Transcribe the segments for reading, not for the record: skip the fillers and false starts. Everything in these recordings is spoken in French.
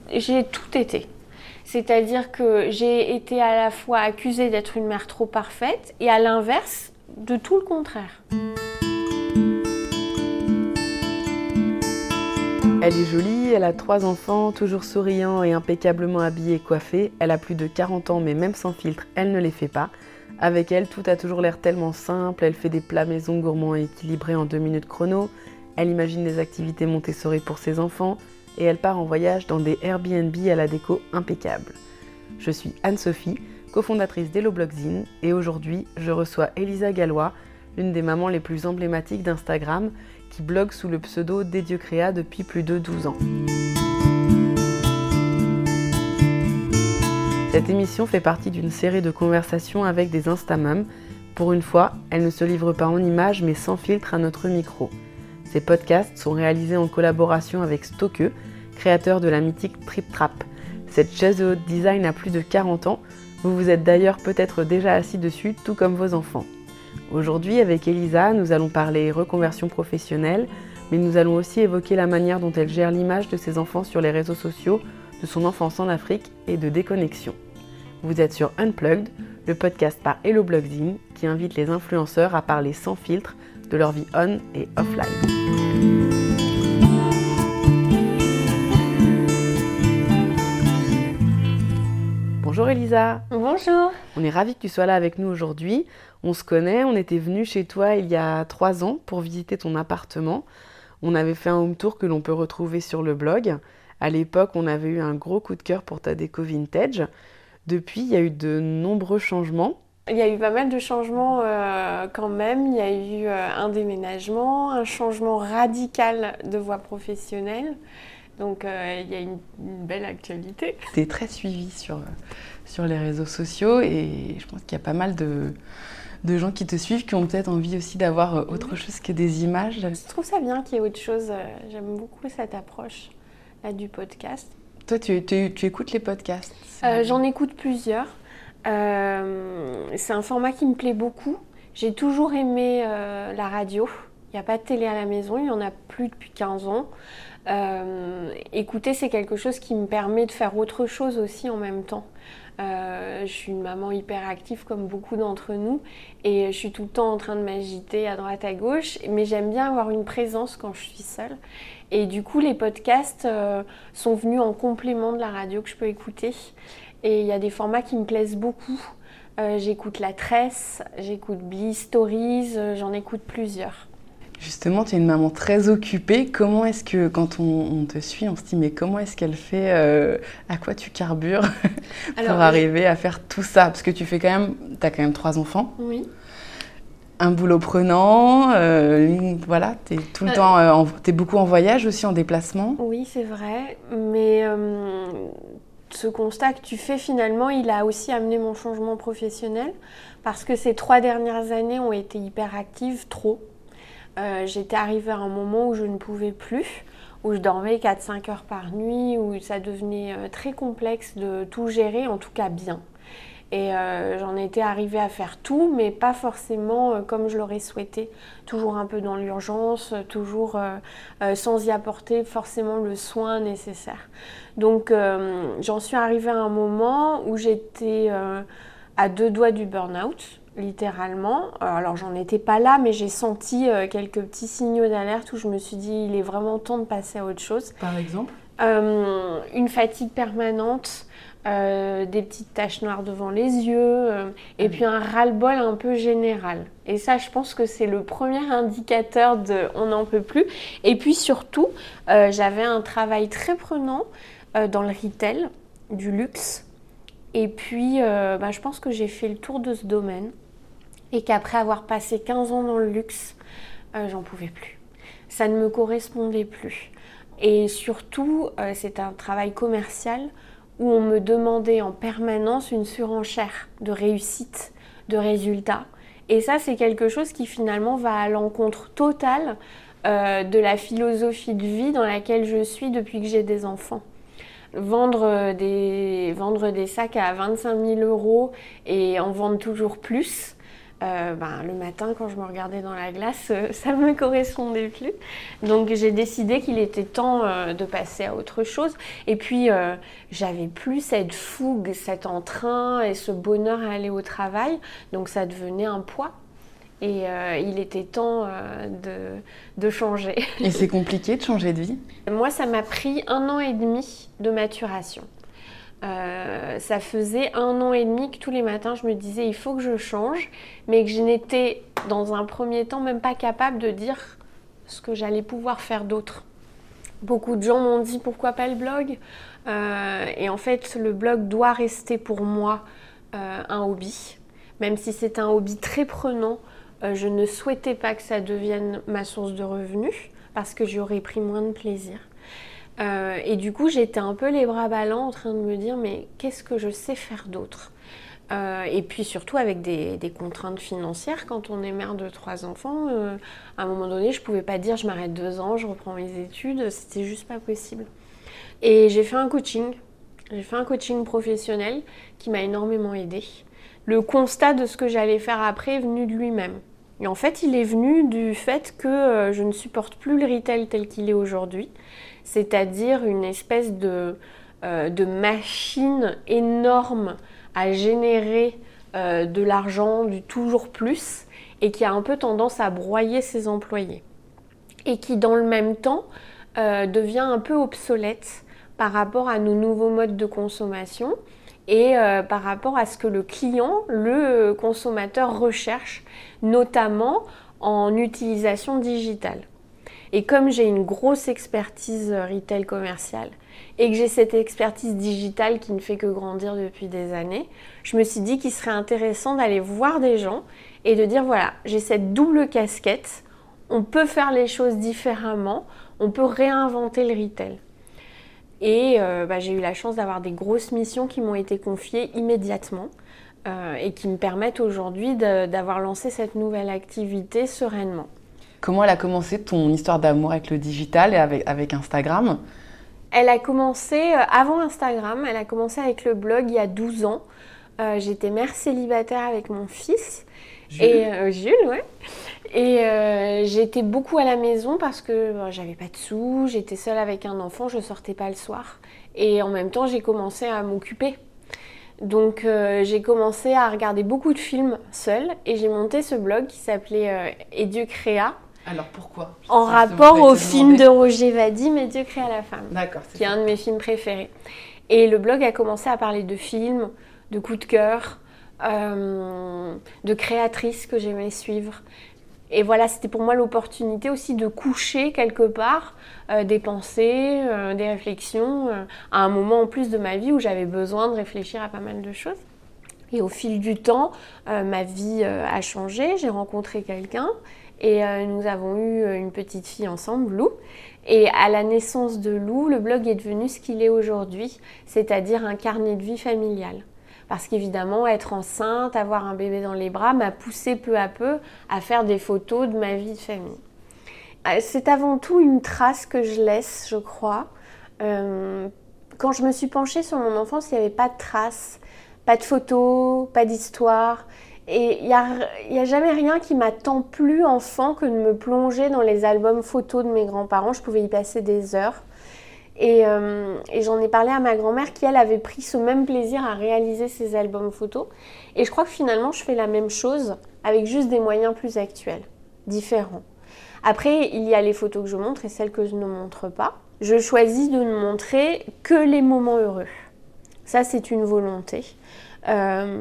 j'ai tout été. C'est-à-dire que j'ai été à la fois accusée d'être une mère trop parfaite et à l'inverse, de tout le contraire. Elle est jolie, elle a 3 enfants, toujours souriant et impeccablement habillée et coiffée. Elle a plus de 40 ans, mais même sans filtre, elle ne les fait pas. Avec elle, tout a toujours l'air tellement simple. Elle fait des plats maison gourmands et équilibrés en 2 minutes chrono. Elle imagine des activités Montessori pour ses enfants. Et elle part en voyage dans des Airbnb à la déco impeccable. Je suis Anne-Sophie, cofondatrice d'Hello Blogzine, et aujourd'hui, je reçois Elisa Gallois, l'une des mamans les plus emblématiques d'Instagram, qui blogue sous le pseudo Dédieucréa depuis plus de 12 ans. Cette émission fait partie d'une série de conversations avec des Instamums. Pour une fois, elle ne se livre pas en images mais sans filtre à notre micro. Ces podcasts sont réalisés en collaboration avec Stokke, créateur de la mythique Trip Trap. Cette chaise de haute design a plus de 40 ans. Vous vous êtes d'ailleurs peut-être déjà assis dessus, tout comme vos enfants. Aujourd'hui, avec Elisa, nous allons parler reconversion professionnelle, mais nous allons aussi évoquer la manière dont elle gère l'image de ses enfants sur les réseaux sociaux, de son enfance en Afrique et de déconnexion. Vous êtes sur Unplugged, le podcast par Hello Blogzine, qui invite les influenceurs à parler sans filtre de leur vie on et offline. Bonjour Elisa. Bonjour. On est ravis que tu sois là avec nous aujourd'hui. On se connaît, on était venus chez toi il y a 3 ans pour visiter ton appartement. On avait fait un home tour que l'on peut retrouver sur le blog. À l'époque, on avait eu un gros coup de cœur pour ta déco vintage. Depuis, il y a eu de nombreux changements. Il y a eu pas mal de changements quand même. Il y a eu un déménagement, un changement radical de voie professionnelle. Donc il y a une belle actualité. Tu es très suivie sur les réseaux sociaux et je pense qu'il y a pas mal de gens qui te suivent, qui ont peut-être envie aussi d'avoir autre chose que des images. Je trouve ça bien qu'il y ait autre chose. J'aime beaucoup cette approche là, du podcast. Toi, tu écoutes les podcasts? J'en écoute plusieurs. C'est un format qui me plaît beaucoup. J'ai toujours aimé la radio. Il n'y a pas de télé à la maison, il n'y en a plus depuis 15 ans. Écouter, c'est quelque chose qui me permet de faire autre chose aussi en même temps. Je suis une maman hyper active comme beaucoup d'entre nous et je suis tout le temps en train de m'agiter à droite à gauche, mais j'aime bien avoir une présence quand je suis seule. Et du coup, les podcasts sont venus en complément de la radio que je peux écouter. Et il y a des formats qui me plaisent beaucoup. J'écoute La Tresse, j'écoute Bee Stories, j'en écoute plusieurs. Justement, tu es une maman très occupée. Comment est-ce que, quand on te suit, on se dit mais comment est-ce qu'elle fait, à quoi tu carbures pour arriver à faire tout ça? Parce que tu as quand même 3 enfants. Oui. Un boulot prenant, voilà, tu es tout le temps, tu es beaucoup en voyage aussi, en déplacement. Oui, c'est vrai, mais ce constat que tu fais finalement, il a aussi amené mon changement professionnel parce que ces 3 dernières années ont été hyper actives, trop. J'étais arrivée à un moment où je ne pouvais plus, où je dormais 4-5 heures par nuit, où ça devenait très complexe de tout gérer, en tout cas bien. Et j'en étais arrivée à faire tout, mais pas forcément comme je l'aurais souhaité. Toujours un peu dans l'urgence, toujours sans y apporter forcément le soin nécessaire. Donc j'en suis arrivée à un moment où j'étais à 2 doigts du burn-out. Littéralement. Alors j'en étais pas là, mais j'ai senti quelques petits signaux d'alerte où je me suis dit il est vraiment temps de passer à autre chose. Par exemple une fatigue permanente, des petites taches noires devant les yeux, et puis un ras-le-bol un peu général. Et ça, je pense que c'est le premier indicateur de on n'en peut plus. Et puis surtout, j'avais un travail très prenant dans le retail, du luxe. Et puis, je pense que j'ai fait le tour de ce domaine. Et qu'après avoir passé 15 ans dans le luxe, j'en pouvais plus. Ça ne me correspondait plus. Et surtout, c'est un travail commercial où on me demandait en permanence une surenchère de réussite, de résultats. Et ça, c'est quelque chose qui finalement va à l'encontre totale de la philosophie de vie dans laquelle je suis depuis que j'ai des enfants. Vendre des sacs à 25 000 € et en vendre toujours plus, Le matin, quand je me regardais dans la glace, ça ne me correspondait plus. Donc j'ai décidé qu'il était temps de passer à autre chose. Et puis, j'avais plus cette fougue, cet entrain et ce bonheur à aller au travail. Donc ça devenait un poids. Et il était temps de changer. Et c'est compliqué de changer de vie? Moi, ça m'a pris 1 an et demi de maturation. Ça faisait 1 an et demi que tous les matins je me disais il faut que je change, mais que je n'étais dans un premier temps même pas capable de dire ce que j'allais pouvoir faire d'autre. Beaucoup de gens m'ont dit pourquoi pas le blog, et en fait le blog doit rester pour moi un hobby, même si c'est un hobby très prenant. Je ne souhaitais pas que ça devienne ma source de revenus parce que j'aurais pris moins de plaisir. Et du coup, j'étais un peu les bras ballants en train de me dire mais qu'est-ce que je sais faire d'autre? Et puis surtout avec des contraintes financières, quand on est mère de 3 enfants, à un moment donné, je ne pouvais pas dire je m'arrête 2 ans, je reprends mes études, c'était juste pas possible. Et j'ai fait un coaching professionnel qui m'a énormément aidée. Le constat de ce que j'allais faire après est venu de lui-même. Et en fait, il est venu du fait que je ne supporte plus le retail tel qu'il est aujourd'hui, c'est-à-dire une espèce de machine énorme à générer de l'argent, du toujours plus, et qui a un peu tendance à broyer ses employés. Et qui, dans le même temps, devient un peu obsolète par rapport à nos nouveaux modes de consommation et par rapport à ce que le client, le consommateur recherche, notamment en utilisation digitale. Et comme j'ai une grosse expertise retail commerciale et que j'ai cette expertise digitale qui ne fait que grandir depuis des années, je me suis dit qu'il serait intéressant d'aller voir des gens et de dire voilà, j'ai cette double casquette, on peut faire les choses différemment, on peut réinventer le retail. Et j'ai eu la chance d'avoir des grosses missions qui m'ont été confiées immédiatement et qui me permettent aujourd'hui d'avoir lancé cette nouvelle activité sereinement. Comment elle a commencé ton histoire d'amour avec le digital et avec Instagram? Elle a commencé avant Instagram, elle a commencé avec le blog il y a 12 ans. J'étais mère célibataire avec mon fils. Jules, ouais. Et j'étais beaucoup à la maison parce que j'avais pas de sous, j'étais seule avec un enfant, je sortais pas le soir. Et en même temps, j'ai commencé à m'occuper. Donc j'ai commencé à regarder beaucoup de films seule et j'ai monté ce blog qui s'appelait Et Dieu créa. Alors pourquoi? En rapport au film de Roger Vadim, Et Dieu créa la femme. D'accord, qui est un de mes films préférés. Et le blog a commencé à parler de films, de coups de cœur, de créatrices que j'aimais suivre. Et voilà, c'était pour moi l'opportunité aussi de coucher quelque part des pensées, des réflexions, à un moment en plus de ma vie où j'avais besoin de réfléchir à pas mal de choses. Et au fil du temps, ma vie a changé, j'ai rencontré quelqu'un et nous avons eu une petite fille ensemble, Lou. Et à la naissance de Lou, le blog est devenu ce qu'il est aujourd'hui, c'est-à-dire un carnet de vie familial. Parce qu'évidemment, être enceinte, avoir un bébé dans les bras m'a poussée peu à peu à faire des photos de ma vie de famille. C'est avant tout une trace que je laisse, je crois. Quand je me suis penchée sur mon enfance, il n'y avait pas de traces, pas de photos, pas d'histoire. Et il n'y a jamais rien qui m'a tant plu enfant que de me plonger dans les albums photos de mes grands-parents. Je pouvais y passer des heures. Et j'en ai parlé à ma grand-mère qui, elle, avait pris ce même plaisir à réaliser ces albums photos. Et je crois que finalement, je fais la même chose avec juste des moyens plus actuels, différents. Après, il y a les photos que je montre et celles que je ne montre pas. Je choisis de ne montrer que les moments heureux. Ça, c'est une volonté. Pourquoi ?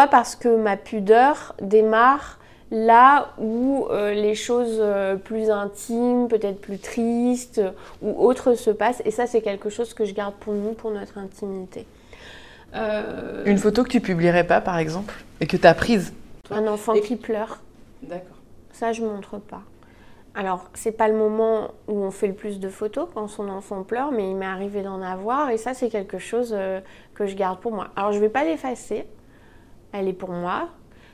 Parce que ma pudeur démarre là où les choses plus intimes, peut-être plus tristes ou autres se passent. Et ça, c'est quelque chose que je garde pour nous, pour notre intimité. Une photo que tu publierais pas, par exemple, et que tu as prise? Un enfant qui pleure. D'accord. Ça, je montre pas. Alors, c'est pas le moment où on fait le plus de photos quand son enfant pleure, mais il m'est arrivé d'en avoir. Et ça, c'est quelque chose que je garde pour moi. Alors, je vais pas l'effacer. Elle est pour moi.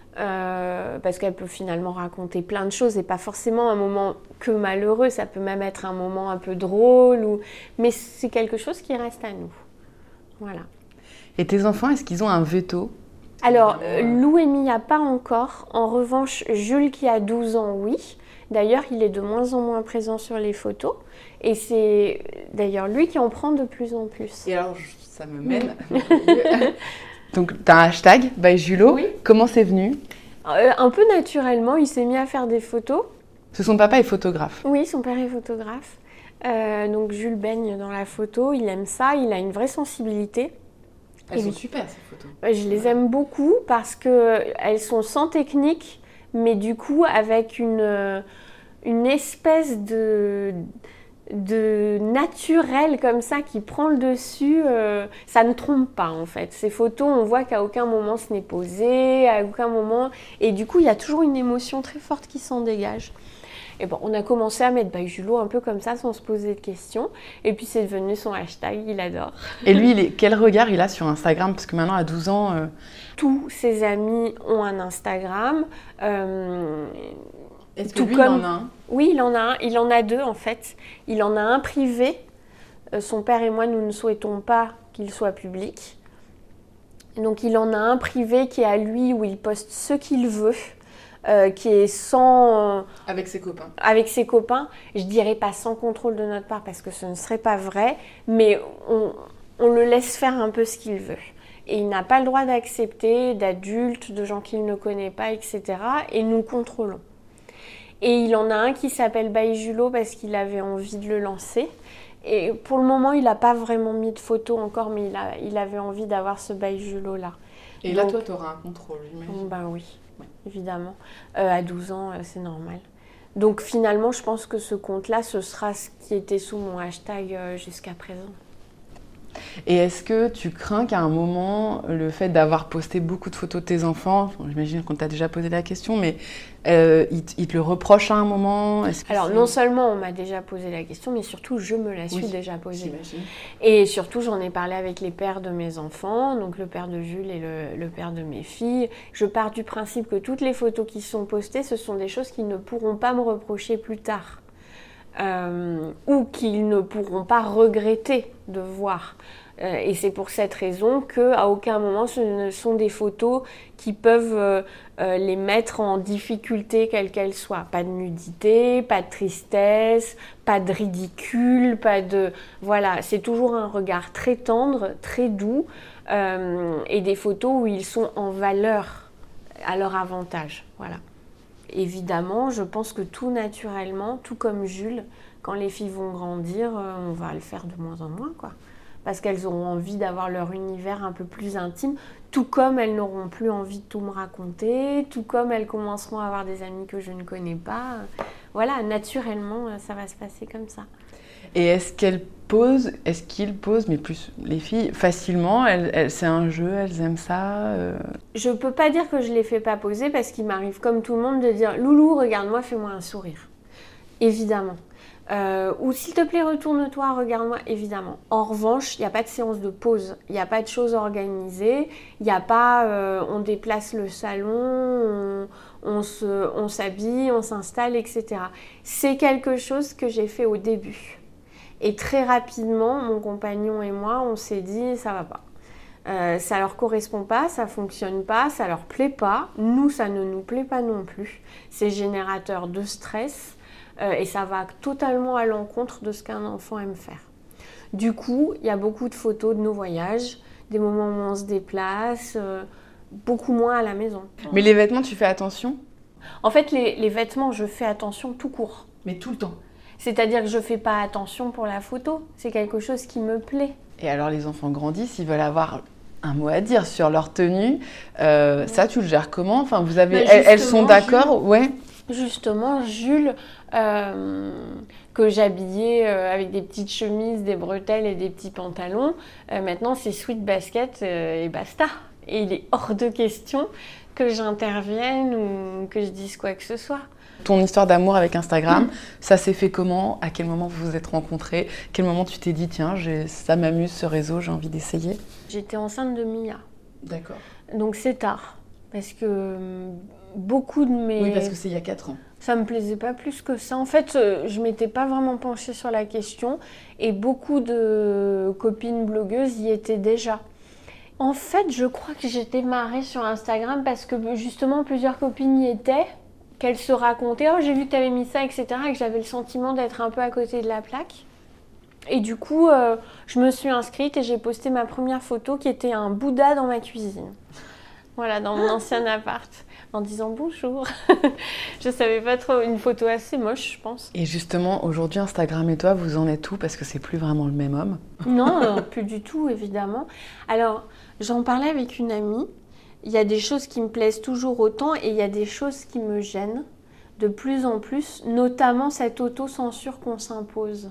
Parce qu'elle peut finalement raconter plein de choses et pas forcément un moment que malheureux, ça peut même être un moment un peu drôle, mais c'est quelque chose qui reste à nous. Voilà. Et tes enfants, est-ce qu'ils ont un veto Alors, Lou et Mia, pas encore. En revanche, Jules, qui a 12 ans, oui. D'ailleurs, il est de moins en moins présent sur les photos. Et c'est d'ailleurs lui qui en prend de plus en plus. Et alors, ça me mène... Donc, tu as un hashtag, by Julo. Oui. Comment c'est venu ? Un peu naturellement, il s'est mis à faire des photos. Parce que son papa est photographe. Oui, son père est photographe. Donc, Jules baigne dans la photo. Il aime ça. Il a une vraie sensibilité. Elles sont super, ces photos. Je les aime beaucoup parce qu'elles sont sans technique, mais du coup, avec une espèce de naturel comme ça qui prend le dessus, ça ne trompe pas en fait. Ces photos, on voit qu'à aucun moment ce n'est posé, à aucun moment... Et du coup, il y a toujours une émotion très forte qui s'en dégage. Et bon, on a commencé à mettre by Julo un peu comme ça, sans se poser de questions. Et puis c'est devenu son hashtag, il adore. Et lui, quel regard il a sur Instagram ? Parce que maintenant, à 12 ans... Tous ses amis ont un Instagram. Est-ce que lui, il en a un ? Oui, il en a un. Il en a deux, en fait. Il en a un privé. Son père et moi, nous ne souhaitons pas qu'il soit public. Donc, il en a un privé qui est à lui, où il poste ce qu'il veut, qui est sans... Avec ses copains. Avec ses copains. Je dirais pas sans contrôle de notre part, parce que ce ne serait pas vrai. Mais on le laisse faire un peu ce qu'il veut. Et il n'a pas le droit d'accepter d'adultes, de gens qu'il ne connaît pas, etc. Et nous contrôlons. Et il en a un qui s'appelle by Julo parce qu'il avait envie de le lancer. Et pour le moment, il n'a pas vraiment mis de photos encore, mais il avait envie d'avoir ce by Julo là. Et là, toi, tu auras un contrôle, j'imagine. Ben oui, ouais, évidemment. À 12 ans, c'est normal. Donc finalement, je pense que ce compte-là, ce sera ce qui était sous mon hashtag jusqu'à présent. Et est-ce que tu crains qu'à un moment, le fait d'avoir posté beaucoup de photos de tes enfants, j'imagine qu'on t'a déjà posé la question, mais ils te le reprochent à un moment ? Alors non seulement on m'a déjà posé la question, mais surtout je me la suis déjà posée. J'imagine. Et surtout j'en ai parlé avec les pères de mes enfants, donc le père de Jules et le père de mes filles. Je pars du principe que toutes les photos qui sont postées, ce sont des choses qu'ils ne pourront pas me reprocher plus tard. Ou qu'ils ne pourront pas regretter de voir. Et c'est pour cette raison qu'à aucun moment ce ne sont des photos qui peuvent les mettre en difficulté quelle qu'elle soit. Pas de nudité, pas de tristesse, pas de ridicule, pas de... Voilà, c'est toujours un regard très tendre, très doux, et des photos où ils sont en valeur, à leur avantage. Voilà. Évidemment, je pense que tout naturellement, tout comme Jules, quand les filles vont grandir, on va le faire de moins en moins, quoi. Parce qu'elles auront envie d'avoir leur univers un peu plus intime, tout comme elles n'auront plus envie de tout me raconter, tout comme elles commenceront à avoir des amis que je ne connais pas. Voilà, naturellement, ça va se passer comme ça. Et est-ce qu'ils posent, mais plus les filles, facilement, c'est un jeu, elles aiment ça Je peux pas dire que je les fais pas poser parce qu'il m'arrive comme tout le monde de dire « Loulou, regarde-moi, fais-moi un sourire ». Évidemment. Ou s'il te plaît, retourne-toi, regarde-moi, évidemment. En revanche, il n'y a pas de séance de pause, il n'y a pas de choses organisées, il n'y a pas on déplace le salon, on s'habille, on s'installe, etc. C'est quelque chose que j'ai fait au début. Et très rapidement, mon compagnon et moi, on s'est dit, ça va pas. Ça leur correspond pas, ça fonctionne pas, ça leur plaît pas. Nous, ça ne nous plaît pas non plus. C'est générateur de stress et ça va totalement à l'encontre de ce qu'un enfant aime faire. Du coup, il y a beaucoup de photos de nos voyages, des moments où on se déplace, beaucoup moins à la maison. Mais les vêtements, tu fais attention ? En fait, les vêtements, je fais attention tout court. Mais tout le temps ? C'est-à-dire que je ne fais pas attention pour la photo. C'est quelque chose qui me plaît. Et alors, les enfants grandissent, ils veulent avoir un mot à dire sur leur tenue. Ça, tu le gères comment ? Enfin, vous avez... elles sont d'accord ? Ouais. Justement, Jules, que j'habillais avec des petites chemises, des bretelles et des petits pantalons, maintenant, c'est sweat basket et basta. Et il est hors de question que j'intervienne ou que je dise quoi que ce soit. Ton histoire d'amour avec Instagram, ça s'est fait comment ? À quel moment vous vous êtes rencontrés ? Quel moment tu t'es dit, tiens, ça m'amuse ce réseau, j'ai envie d'essayer ? J'étais enceinte de Mia. D'accord. Donc c'est tard. Parce que beaucoup de mes... Oui, parce que c'est il y a 4 ans. Ça me plaisait pas plus que ça. En fait, je m'étais pas vraiment penchée sur la question. Et beaucoup de copines blogueuses y étaient déjà. En fait, je crois que j'ai démarré sur Instagram parce que justement plusieurs copines y étaient, qu'elles se racontaient, oh j'ai vu que t'avais mis ça, etc. Et que j'avais le sentiment d'être un peu à côté de la plaque. Et du coup, je me suis inscrite et j'ai posté ma première photo qui était un Bouddha dans ma cuisine. Voilà, dans mon ancien appart, en disant bonjour. Je savais pas trop, une photo assez moche, je pense. Et justement, aujourd'hui, Instagram et toi, vous en êtes où? Parce que c'est plus vraiment le même homme. Non, plus du tout, évidemment. Alors, j'en parlais avec une amie. Il y a des choses qui me plaisent toujours autant et il y a des choses qui me gênent de plus en plus, notamment cette autocensure qu'on s'impose.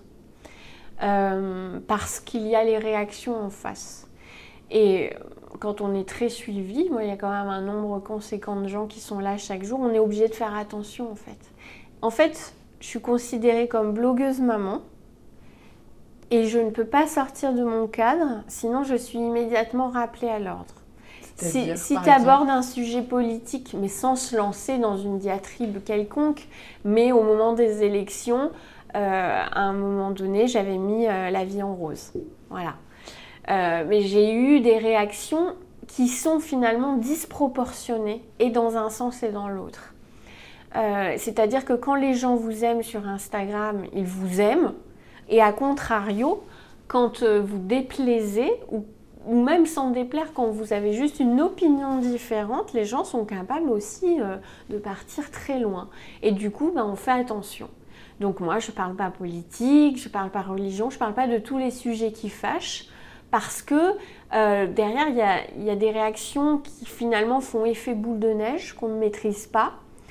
Parce qu'il y a les réactions en face. Et quand on est très suivi, moi il y a quand même un nombre conséquent de gens qui sont là chaque jour, on est obligé de faire attention en fait. En fait, je suis considérée comme blogueuse maman et je ne peux pas sortir de mon cadre, sinon je suis immédiatement rappelée à l'ordre. Si tu abordes un sujet politique, mais sans se lancer dans une diatribe quelconque, mais au moment des élections, à un moment donné, j'avais mis la vie en rose. Voilà. Mais j'ai eu des réactions qui sont finalement disproportionnées, et dans un sens et dans l'autre. C'est-à-dire que quand les gens vous aiment sur Instagram, ils vous aiment, et à contrario, quand vous déplaisez, ou même sans déplaire, quand vous avez juste une opinion différente, les gens sont capables aussi de partir très loin. Et du coup, on fait attention. Donc moi, je ne parle pas politique, je ne parle pas religion, je ne parle pas de tous les sujets qui fâchent, parce que derrière, il y a des réactions qui finalement font effet boule de neige, qu'on ne maîtrise pas.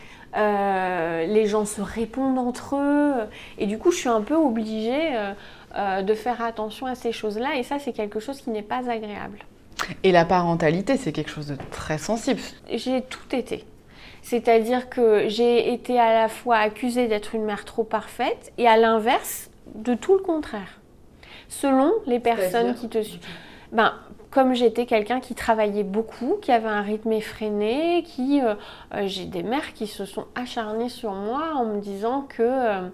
Les gens se répondent entre eux, et du coup, je suis un peu obligée de faire attention à ces choses-là, et ça, c'est quelque chose qui n'est pas agréable. Et la parentalité, c'est quelque chose de très sensible. J'ai tout été. C'est-à-dire que j'ai été à la fois accusée d'être une mère trop parfaite et à l'inverse, de tout le contraire. Selon les personnes qui te suivent. Comme j'étais quelqu'un qui travaillait beaucoup, qui avait un rythme effréné, j'ai des mères qui se sont acharnées sur moi en me disant que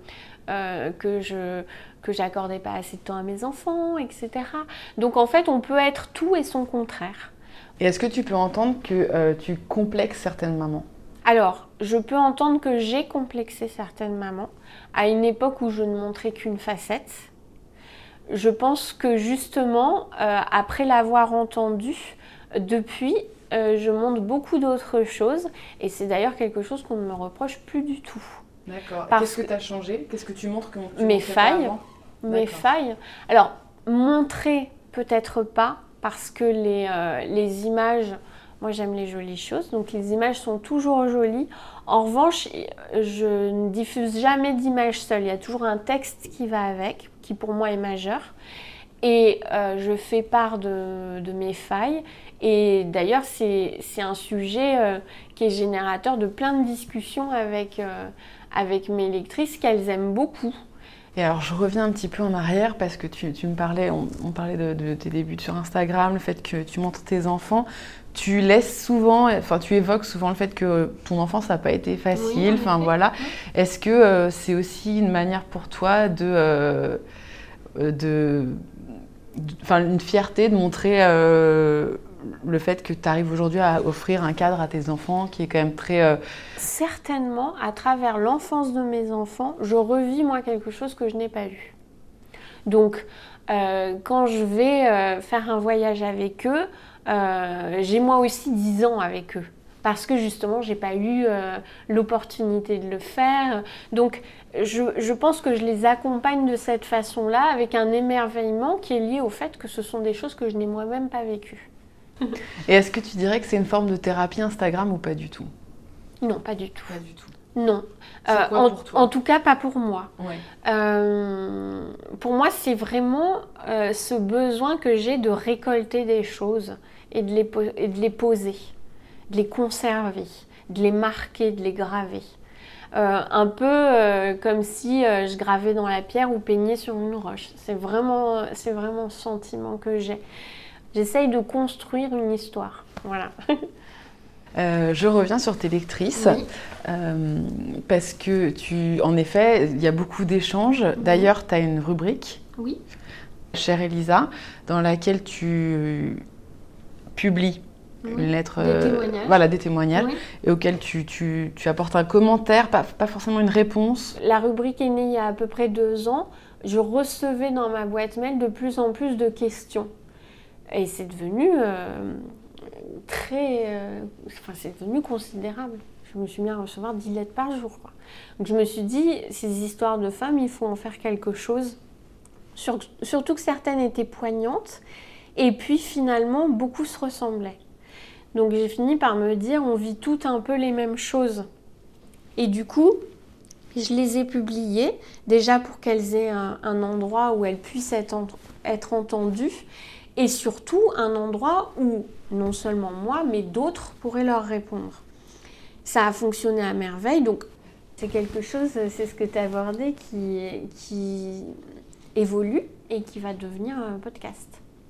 j'accordais pas assez de temps à mes enfants, etc. Donc en fait, on peut être tout et son contraire. Et est-ce que tu peux entendre que tu complexes certaines mamans ? Alors, je peux entendre que j'ai complexé certaines mamans à une époque où je ne montrais qu'une facette. Je pense que justement, après l'avoir entendu, depuis, je montre beaucoup d'autres choses. Et c'est d'ailleurs quelque chose qu'on ne me reproche plus du tout. D'accord. Qu'est-ce que tu as changé ? Qu'est-ce que tu montres que tu mes failles. Mes failles. Alors, montrer, peut-être pas, parce que les images... Moi, j'aime les jolies choses, donc les images sont toujours jolies. En revanche, je ne diffuse jamais d'images seules. Il y a toujours un texte qui va avec, qui pour moi est majeur. Et je fais part de mes failles. Et d'ailleurs, c'est un sujet qui est générateur de plein de discussions avec mes lectrices qu'elles aiment beaucoup. Et alors, je reviens un petit peu en arrière parce que tu me parlais, on parlait de tes débuts sur Instagram, le fait que tu montres tes enfants. Tu évoques souvent le fait que ton enfance n'a pas été facile. Oui, voilà. Est-ce que c'est aussi une manière pour toi une fierté de montrer le fait que tu arrives aujourd'hui à offrir un cadre à tes enfants qui est quand même très... Certainement, à travers l'enfance de mes enfants, je revis moi quelque chose que je n'ai pas eu. Donc, quand je vais faire un voyage avec eux, j'ai moi aussi 10 ans avec eux. Parce que justement, j'ai pas eu l'opportunité de le faire. Donc, je pense que je les accompagne de cette façon-là, avec un émerveillement qui est lié au fait que ce sont des choses que je n'ai moi-même pas vécues. Et est-ce que tu dirais que c'est une forme de thérapie Instagram ou pas du tout ? Non, pas du tout. Pas du tout. Non. C'est quoi pour toi ? En tout cas, pas pour moi. Ouais. Pour moi, c'est vraiment ce besoin que j'ai de récolter des choses et de les poser, de les conserver, de les marquer, de les graver. Un peu comme si je gravais dans la pierre ou peignais sur une roche. C'est vraiment ce sentiment que j'ai. J'essaye de construire une histoire. Voilà. Je reviens sur tes lectrices, oui. Parce que en effet, il y a beaucoup d'échanges. D'ailleurs, tu as une rubrique, oui. Chère Elisa, dans laquelle tu publies une lettre, des témoignages. Voilà, des témoignages, Oui. et auquel tu apportes un commentaire, pas forcément une réponse. La rubrique est née il y a à peu près 2 ans. Je recevais dans ma boîte mail de plus en plus de questions. Et c'est devenu c'est devenu considérable. Je me suis mis à recevoir 10 lettres par jour, quoi. Donc je me suis dit, ces histoires de femmes, il faut en faire quelque chose. Surtout que certaines étaient poignantes. Et puis finalement, beaucoup se ressemblaient. Donc j'ai fini par me dire, on vit toutes un peu les mêmes choses. Et du coup, je les ai publiées, déjà pour qu'elles aient un endroit où elles puissent être entendues, et surtout un endroit où non seulement moi, mais d'autres pourraient leur répondre. Ça a fonctionné à merveille, donc c'est quelque chose, c'est ce que tu as abordé, qui évolue et qui va devenir un podcast.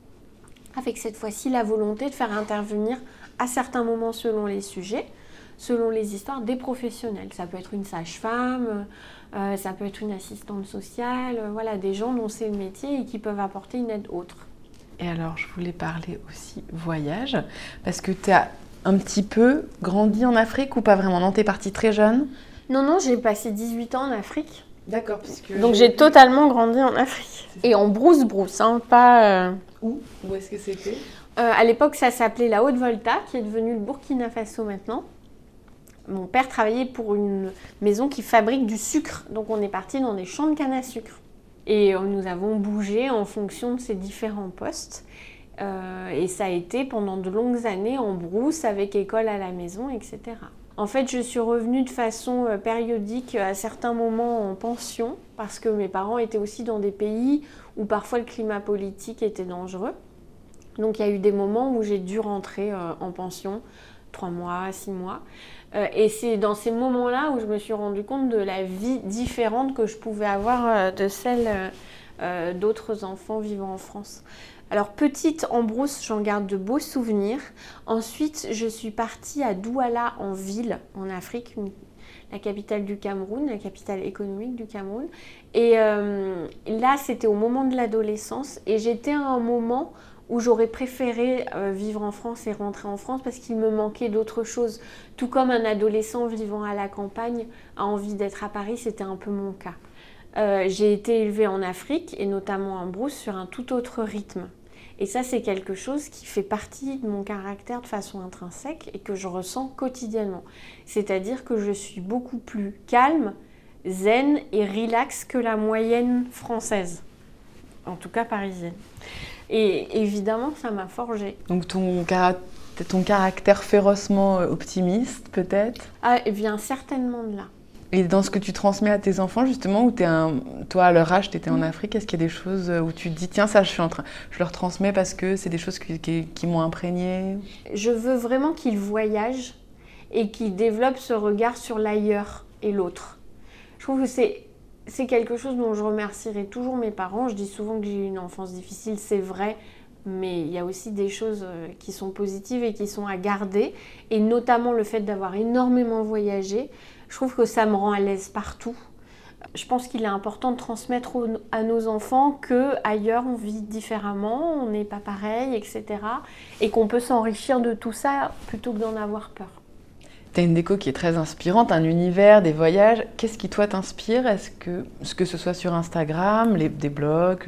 Avec cette fois-ci la volonté de faire intervenir à certains moments selon les sujets, selon les histoires des professionnels. Ça peut être une sage-femme, ça peut être une assistante sociale, voilà, des gens dont c'est le métier et qui peuvent apporter une aide autre. Et alors, je voulais parler aussi voyage, parce que tu as un petit peu grandi en Afrique ou pas vraiment? Non, tu es partie très jeune? Non, j'ai passé 18 ans en Afrique. D'accord, puisque... Donc j'ai totalement grandi en Afrique. Et en brousse-brousse, hein, pas... Où est-ce que c'était? À l'époque, ça s'appelait la Haute-Volta, qui est devenue le Burkina Faso maintenant. Mon père travaillait pour une maison qui fabrique du sucre. Donc on est parti dans des champs de canne à sucre. Et nous avons bougé en fonction de ces différents postes. Et ça a été pendant de longues années en brousse, avec école à la maison, etc. En fait, je suis revenue de façon périodique à certains moments en pension, parce que mes parents étaient aussi dans des pays où parfois le climat politique était dangereux. Donc il y a eu des moments où j'ai dû rentrer en pension, 3 mois, 6 mois. Et c'est dans ces moments-là où je me suis rendu compte de la vie différente que je pouvais avoir de celle d'autres enfants vivant en France. Alors petite en brousse, j'en garde de beaux souvenirs. Ensuite, je suis partie à Douala en ville, en Afrique, la capitale du Cameroun, la capitale économique du Cameroun. Et là, c'était au moment de l'adolescence et j'étais à un moment où j'aurais préféré vivre en France et rentrer en France parce qu'il me manquait d'autres choses. Tout comme un adolescent vivant à la campagne a envie d'être à Paris, c'était un peu mon cas. J'ai été élevée en Afrique et notamment en brousse sur un tout autre rythme. Et ça, c'est quelque chose qui fait partie de mon caractère de façon intrinsèque et que je ressens quotidiennement. C'est-à-dire que je suis beaucoup plus calme, zen et relax que la moyenne française. En tout cas parisienne. Et évidemment, ça m'a forgé. Donc ton caractère férocement optimiste, peut-être? Ah, il vient certainement de là. Et dans ce que tu transmets à tes enfants, justement, où toi, à leur âge, tu étais en Afrique, est-ce qu'il y a des choses où tu te dis, tiens, ça, je leur transmets parce que c'est des choses qui m'ont imprégné? Je veux vraiment qu'ils voyagent et qu'ils développent ce regard sur l'ailleurs et l'autre. Je trouve que c'est quelque chose dont je remercierai toujours mes parents. Je dis souvent que j'ai eu une enfance difficile, c'est vrai, mais il y a aussi des choses qui sont positives et qui sont à garder. Et notamment le fait d'avoir énormément voyagé, je trouve que ça me rend à l'aise partout. Je pense qu'il est important de transmettre à nos enfants qu'ailleurs on vit différemment, on n'est pas pareil, etc. Et qu'on peut s'enrichir de tout ça plutôt que d'en avoir peur. Tu as une déco qui est très inspirante, un univers, des voyages. Qu'est-ce qui, toi, t'inspire? Est-ce que ce soit sur Instagram, des blogs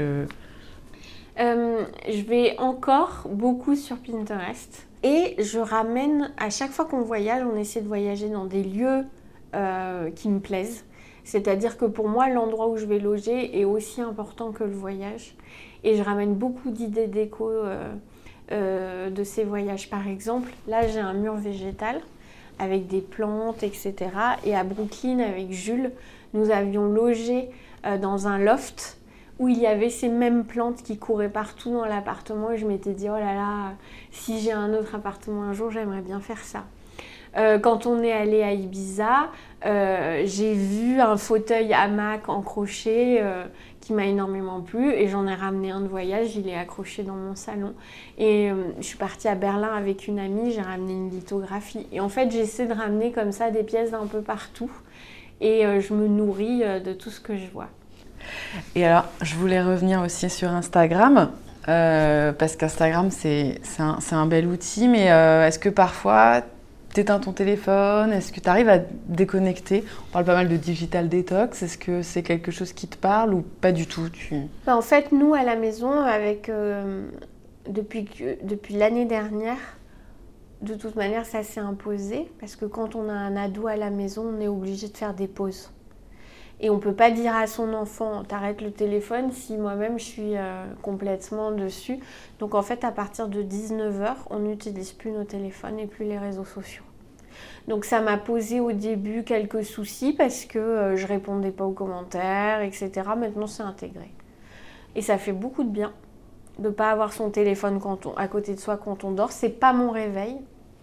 Je vais encore beaucoup sur Pinterest. Et je ramène, à chaque fois qu'on voyage, on essaie de voyager dans des lieux qui me plaisent. C'est-à-dire que pour moi, l'endroit où je vais loger est aussi important que le voyage. Et je ramène beaucoup d'idées déco de ces voyages. Par exemple, là, j'ai un mur végétal avec des plantes, etc. Et à Brooklyn, avec Jules, nous avions logé dans un loft où il y avait ces mêmes plantes qui couraient partout dans l'appartement. Et je m'étais dit, oh là là, si j'ai un autre appartement un jour, j'aimerais bien faire ça. Quand on est allé à Ibiza, j'ai vu un fauteuil hamac en crochet qui m'a énormément plu et j'en ai ramené un de voyage, il est accroché dans mon salon. Et je suis partie à Berlin avec une amie, j'ai ramené une lithographie. Et en fait, j'essaie de ramener comme ça des pièces d'un peu partout et je me nourris de tout ce que je vois. Et alors, je voulais revenir aussi sur Instagram. parce qu'Instagram, c'est un bel outil, mais est-ce que parfois, tu éteins ton téléphone? Est-ce que tu arrives à déconnecter? On parle pas mal de digital detox. Est-ce que c'est quelque chose qui te parle ou pas du tout? En fait, nous, à la maison, depuis l'année dernière, de toute manière, ça s'est imposé, parce que quand on a un ado à la maison, on est obligé de faire des pauses. Et on ne peut pas dire à son enfant « t'arrêtes le téléphone » si moi-même je suis complètement dessus. Donc en fait, à partir de 19h, on n'utilise plus nos téléphones et plus les réseaux sociaux. Donc ça m'a posé au début quelques soucis parce que je ne répondais pas aux commentaires, etc. Maintenant, c'est intégré. Et ça fait beaucoup de bien de ne pas avoir son téléphone à côté de soi quand on dort. Ce n'est pas mon réveil.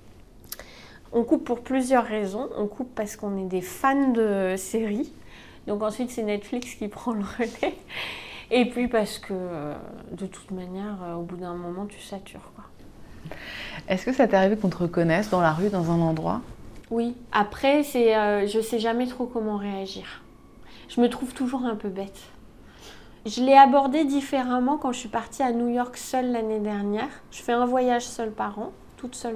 On coupe pour plusieurs raisons. On coupe parce qu'on est des fans de séries. Donc ensuite, c'est Netflix qui prend le relais. Et puis parce que, de toute manière, au bout d'un moment, tu satures, quoi. Est-ce que ça t'est arrivé qu'on te reconnaisse dans la rue, dans un endroit? Oui. Après, je ne sais jamais trop comment réagir. Je me trouve toujours un peu bête. Je l'ai abordé différemment quand je suis partie à New York seule l'année dernière. Je fais un voyage seule par an, toute seule.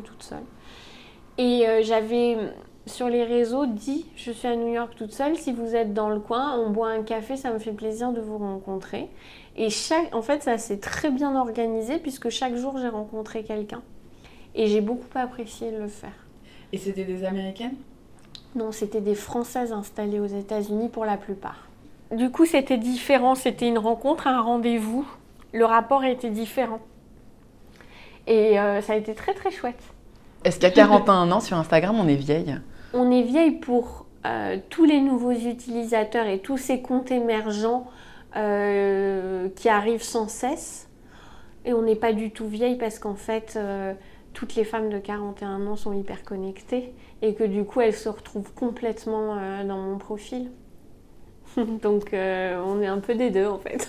Et j'avais... sur les réseaux, dit « Je suis à New York toute seule, si vous êtes dans le coin, on boit un café, ça me fait plaisir de vous rencontrer. » Et en fait, ça s'est très bien organisé puisque chaque jour, j'ai rencontré quelqu'un. Et j'ai beaucoup apprécié de le faire. Et c'était des Américaines? Non, c'était des Françaises installées aux États-Unis pour la plupart. Du coup, c'était différent. C'était une rencontre, un rendez-vous. Le rapport était différent. Et ça a été très, très chouette. Est-ce qu'à 41 ans, sur Instagram, on est vieille? On est vieille pour tous les nouveaux utilisateurs et tous ces comptes émergents qui arrivent sans cesse. Et on n'est pas du tout vieille parce qu'en fait, toutes les femmes de 41 ans sont hyper connectées et que du coup, elles se retrouvent complètement dans mon profil. Donc, on est un peu des deux en fait.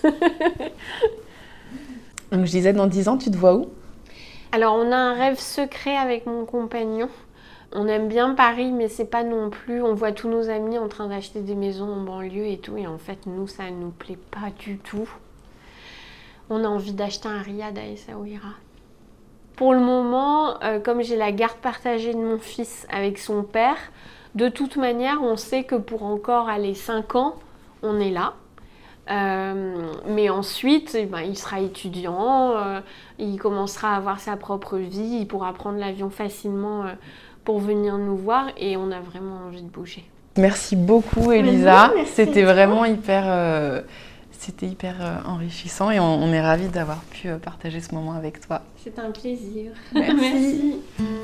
Donc, je disais, dans 10 ans, tu te vois où? Alors, on a un rêve secret avec mon compagnon. On aime bien Paris, mais c'est pas non plus... On voit tous nos amis en train d'acheter des maisons en banlieue et tout. Et en fait, nous, ça nous plaît pas du tout. On a envie d'acheter un riad à Essaouira. Pour le moment, comme j'ai la garde partagée de mon fils avec son père, de toute manière, on sait que pour encore 5 ans, on est là. Mais ensuite, il sera étudiant, il commencera à avoir sa propre vie, il pourra prendre l'avion facilement pour venir nous voir et on a vraiment envie de bouger. Merci beaucoup Elisa, c'était vraiment hyper enrichissant et on est ravis d'avoir pu partager ce moment avec toi. C'est un plaisir. Merci.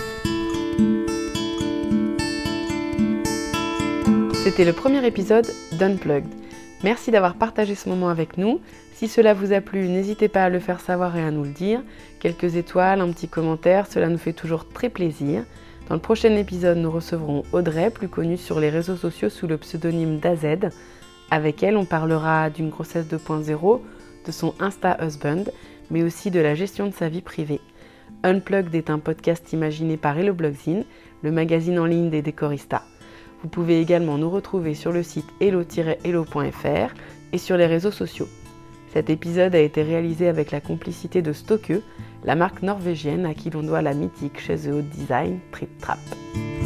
C'était le premier épisode d'Unplugged. Merci d'avoir partagé ce moment avec nous. Si cela vous a plu, n'hésitez pas à le faire savoir et à nous le dire. Quelques étoiles, un petit commentaire, cela nous fait toujours très plaisir. Dans le prochain épisode, nous recevrons Audrey, plus connue sur les réseaux sociaux sous le pseudonyme d'AZ. Avec elle, on parlera d'une grossesse 2.0, de son Insta Husband, mais aussi de la gestion de sa vie privée. Unplugged est un podcast imaginé par Hello Blogzine, le magazine en ligne des décoristas. Vous pouvez également nous retrouver sur le site hello-hello.fr et sur les réseaux sociaux. Cet épisode a été réalisé avec la complicité de Stokke, la marque norvégienne à qui l'on doit la mythique chaise de haut design Trip Trap.